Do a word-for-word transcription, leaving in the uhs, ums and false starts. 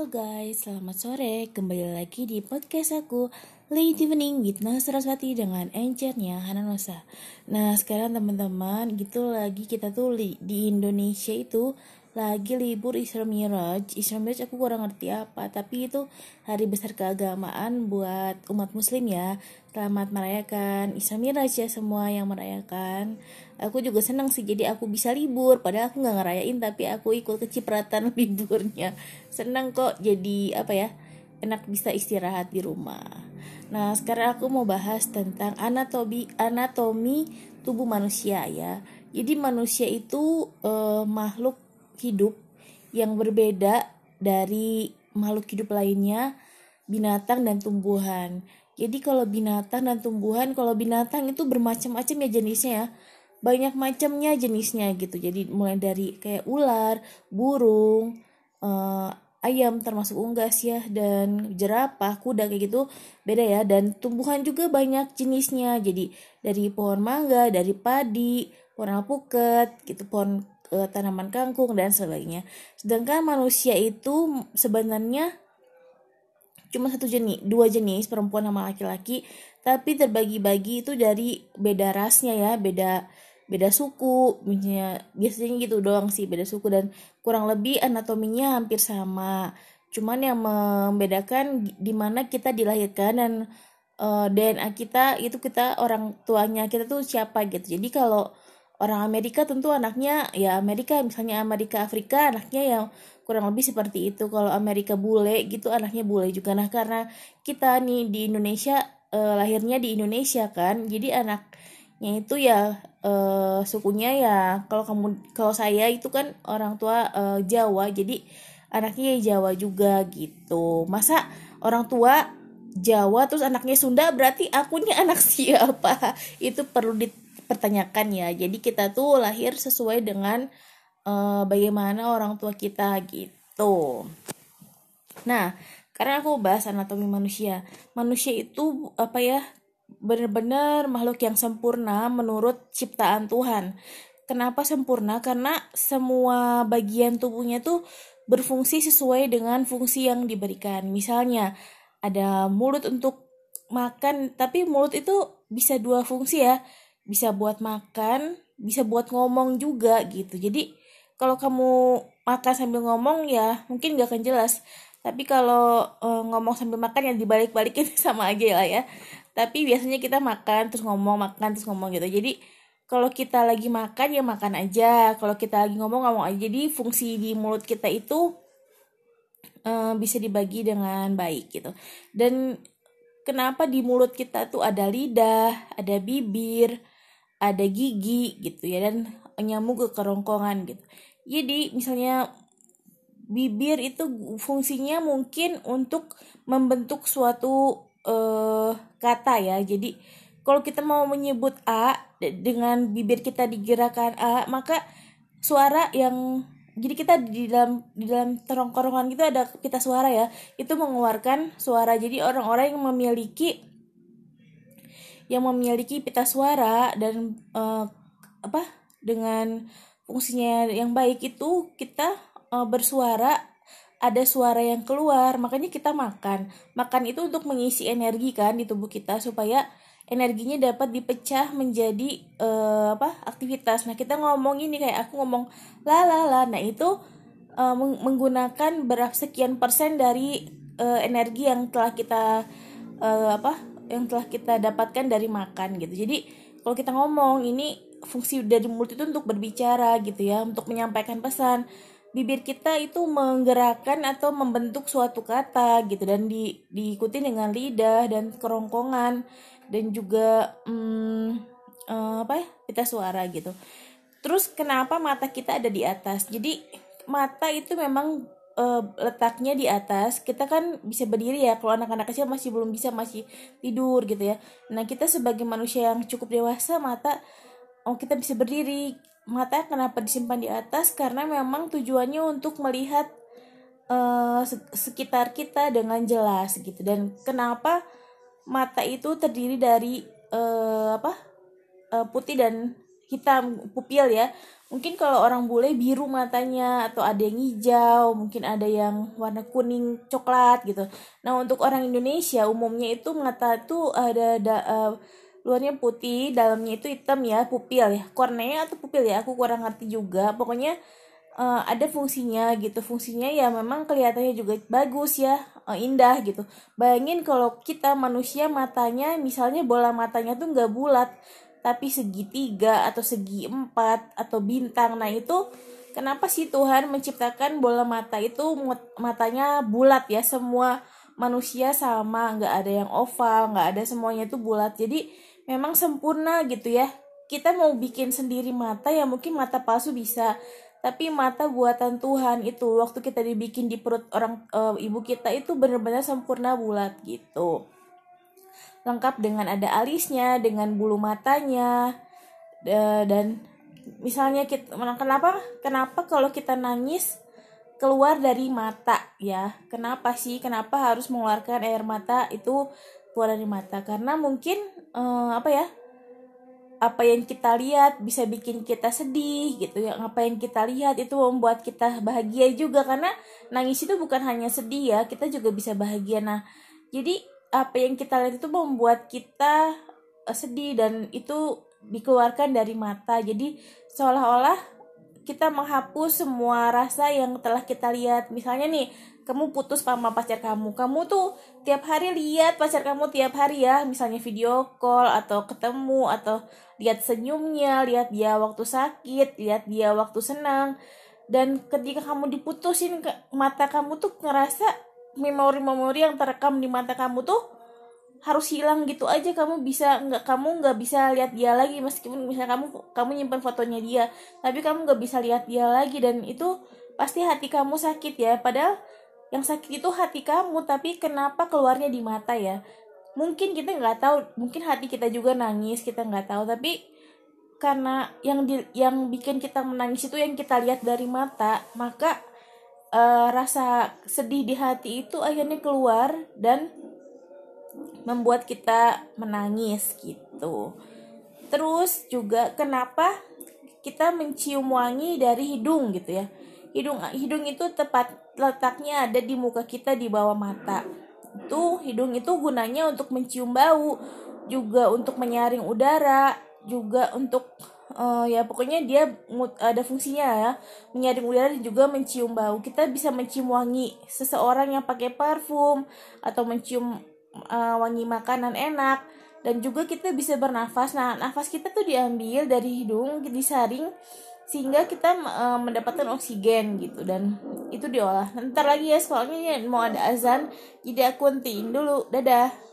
Halo guys, selamat sore. Kembali lagi di podcast aku Late Evening with Nas Saraswati dengan encernya Hana Nosa. Nah sekarang teman-teman gitu lagi kita tuh li- di Indonesia itu lagi libur Isra Miraj. Isra Miraj aku kurang ngerti apa, tapi itu hari besar keagamaan buat umat muslim ya. Selamat merayakan Isra Miraj ya semua yang merayakan. Aku juga senang sih jadi aku bisa libur, padahal aku nggak ngerayain tapi aku ikut kecipratan liburnya. Senang kok jadi apa ya, enak bisa istirahat di rumah. Nah sekarang aku mau bahas tentang anatomi anatomi tubuh manusia ya. Jadi manusia itu eh, makhluk hidup yang berbeda dari makhluk hidup lainnya, binatang dan tumbuhan. Jadi kalau binatang dan tumbuhan, kalau binatang itu bermacam-macam ya jenisnya ya. Banyak macamnya jenisnya gitu. Jadi mulai dari kayak ular, burung, eh, ayam termasuk unggas ya, dan jerapah, kuda kayak gitu beda ya. Dan tumbuhan juga banyak jenisnya. Jadi dari pohon mangga, dari padi, pohon alpukat gitu, pohon eh, tanaman kangkung dan sebagainya. Sedangkan manusia itu sebenarnya cuma satu jenis, dua jenis, perempuan sama laki-laki, tapi terbagi-bagi itu dari beda rasnya ya, beda beda suku, misalnya biasanya gitu doang sih, beda suku, dan kurang lebih anatominya hampir sama. Cuman yang membedakan di mana kita dilahirkan dan eh, D N A kita itu, kita orang tuanya kita tuh siapa gitu. Jadi kalau orang Amerika tentu anaknya ya Amerika, misalnya Amerika Afrika anaknya yang kurang lebih seperti itu. Kalau Amerika bule gitu anaknya bule juga. Nah karena kita nih di Indonesia, eh, lahirnya di Indonesia kan, jadi anaknya itu ya eh, sukunya ya, kalau kamu kalau saya itu kan orang tua eh, Jawa, jadi anaknya ya Jawa juga gitu. Masa orang tua Jawa terus anaknya Sunda, berarti akunya anak siapa? Itu perlu dipertanyakan ya. Jadi kita tuh lahir sesuai dengan uh, bagaimana orang tua kita gitu. Nah, karena aku bahas anatomi manusia. Manusia itu apa ya? Benar-benar makhluk yang sempurna menurut ciptaan Tuhan. Kenapa sempurna? Karena semua bagian tubuhnya tuh berfungsi sesuai dengan fungsi yang diberikan. Misalnya ada mulut untuk makan, tapi mulut itu bisa dua fungsi ya. Bisa buat makan, bisa buat ngomong juga gitu. Jadi kalau kamu makan sambil ngomong ya mungkin gak akan jelas. Tapi kalau e, ngomong sambil makan ya dibalik-balikin sama aja lah ya. Tapi biasanya kita makan terus ngomong, makan terus ngomong gitu. Jadi kalau kita lagi makan ya makan aja, kalau kita lagi ngomong ngomong aja. Jadi fungsi di mulut kita itu e, bisa dibagi dengan baik gitu. Dan kenapa di mulut kita tuh ada lidah, ada bibir, ada gigi gitu ya, dan nyamuk ke kerongkongan gitu. Jadi misalnya bibir itu fungsinya mungkin untuk membentuk suatu eh, kata ya. Jadi kalau kita mau menyebut A dengan bibir kita digerakkan A, maka suara yang, jadi kita di dalam di dalam kerongkongan gitu ada pita suara ya, itu mengeluarkan suara. Jadi orang-orang yang memiliki yang memiliki pita suara dan uh, apa dengan fungsinya yang baik itu kita uh, bersuara, ada suara yang keluar, makanya kita makan. Makan itu untuk mengisi energi kan di tubuh kita supaya energinya dapat dipecah menjadi uh, apa aktivitas. Nah kita ngomong ini kayak aku ngomong la la la, nah itu uh, menggunakan berapa sekian persen dari uh, energi yang telah kita uh, apa yang telah kita dapatkan dari makan gitu. Jadi kalau kita ngomong ini fungsi dari mulut itu untuk berbicara gitu ya, untuk menyampaikan pesan. Bibir kita itu menggerakkan atau membentuk suatu kata gitu, dan di, diikuti dengan lidah dan kerongkongan dan juga hmm, eh, apa ya pita suara gitu. Terus kenapa mata kita ada di atas? Jadi mata itu memang uh, letaknya di atas. Kita kan bisa berdiri ya, kalau anak-anak kecil masih belum bisa, masih tidur gitu ya. Nah kita sebagai manusia yang cukup dewasa, mata oh kita bisa berdiri. Mata kenapa disimpan di atas? Karena memang tujuannya untuk melihat uh, sekitar kita dengan jelas gitu. Dan kenapa mata itu terdiri dari uh, apa uh, putih dan hitam pupil ya. Mungkin kalau orang bule biru matanya, atau ada yang hijau, mungkin ada yang warna kuning coklat gitu. Nah untuk orang Indonesia umumnya itu mata tuh ada, ada uh, luarnya putih, dalamnya itu hitam ya, pupil ya, kornea atau pupil ya, aku kurang ngerti juga. Pokoknya uh, ada fungsinya gitu. Fungsinya ya memang kelihatannya juga bagus ya, uh, indah gitu. Bayangin kalau kita manusia matanya misalnya bola matanya tuh nggak bulat, tapi segitiga atau segi empat atau bintang. Nah itu kenapa sih Tuhan menciptakan bola mata itu matanya bulat ya, semua manusia sama, nggak ada yang oval, nggak ada, semuanya itu bulat. Jadi memang sempurna gitu ya. Kita mau bikin sendiri mata ya mungkin mata palsu bisa, tapi mata buatan Tuhan itu waktu kita dibikin di perut orang e, ibu kita itu benar-benar sempurna bulat gitu. Lengkap dengan ada alisnya, dengan bulu matanya, dan misalnya kita, kenapa kenapa kalau kita nangis keluar dari mata ya, kenapa sih kenapa harus mengeluarkan air mata itu keluar dari mata? Karena mungkin eh, apa ya, apa yang kita lihat bisa bikin kita sedih gitu ya, apa yang kita lihat itu membuat kita bahagia juga, karena nangis itu bukan hanya sedih ya, kita juga bisa bahagia. Nah jadi apa yang kita lihat itu membuat kita uh, sedih, dan itu dikeluarkan dari mata. Jadi seolah-olah kita menghapus semua rasa yang telah kita lihat. Misalnya nih, kamu putus sama pacar kamu, kamu tuh tiap hari lihat pacar kamu tiap hari ya, misalnya video call atau ketemu, atau lihat senyumnya, lihat dia waktu sakit, lihat dia waktu senang. Dan ketika kamu diputusin, mata kamu tuh ngerasa memori-memori yang terekam di mata kamu tuh harus hilang gitu aja. Kamu bisa nggak kamu nggak bisa lihat dia lagi, meskipun misalnya kamu kamu nyimpan fotonya dia, tapi kamu nggak bisa lihat dia lagi. Dan itu pasti hati kamu sakit ya, padahal yang sakit itu hati kamu, tapi kenapa keluarnya di mata ya? Mungkin kita nggak tahu, mungkin hati kita juga nangis, kita nggak tahu, tapi karena yang di, yang bikin kita menangis itu yang kita lihat dari mata, maka Uh, rasa sedih di hati itu akhirnya keluar dan membuat kita menangis gitu. Terus juga kenapa kita mencium wangi dari hidung gitu ya? Hidung hidung itu tepat letaknya ada di muka kita di bawah mata. Itu hidung itu gunanya untuk mencium bau, juga untuk menyaring udara, juga untuk Uh, ya pokoknya dia ada fungsinya ya, menyaring udara dan juga mencium bau. Kita bisa mencium wangi seseorang yang pakai parfum, atau mencium uh, wangi makanan enak, dan juga kita bisa bernafas. Nah nafas kita tuh diambil dari hidung, disaring sehingga kita uh, mendapatkan oksigen gitu, dan itu diolah. Ntar lagi ya soalnya ya mau ada azan, jadi aku hentiin dulu. Dadah.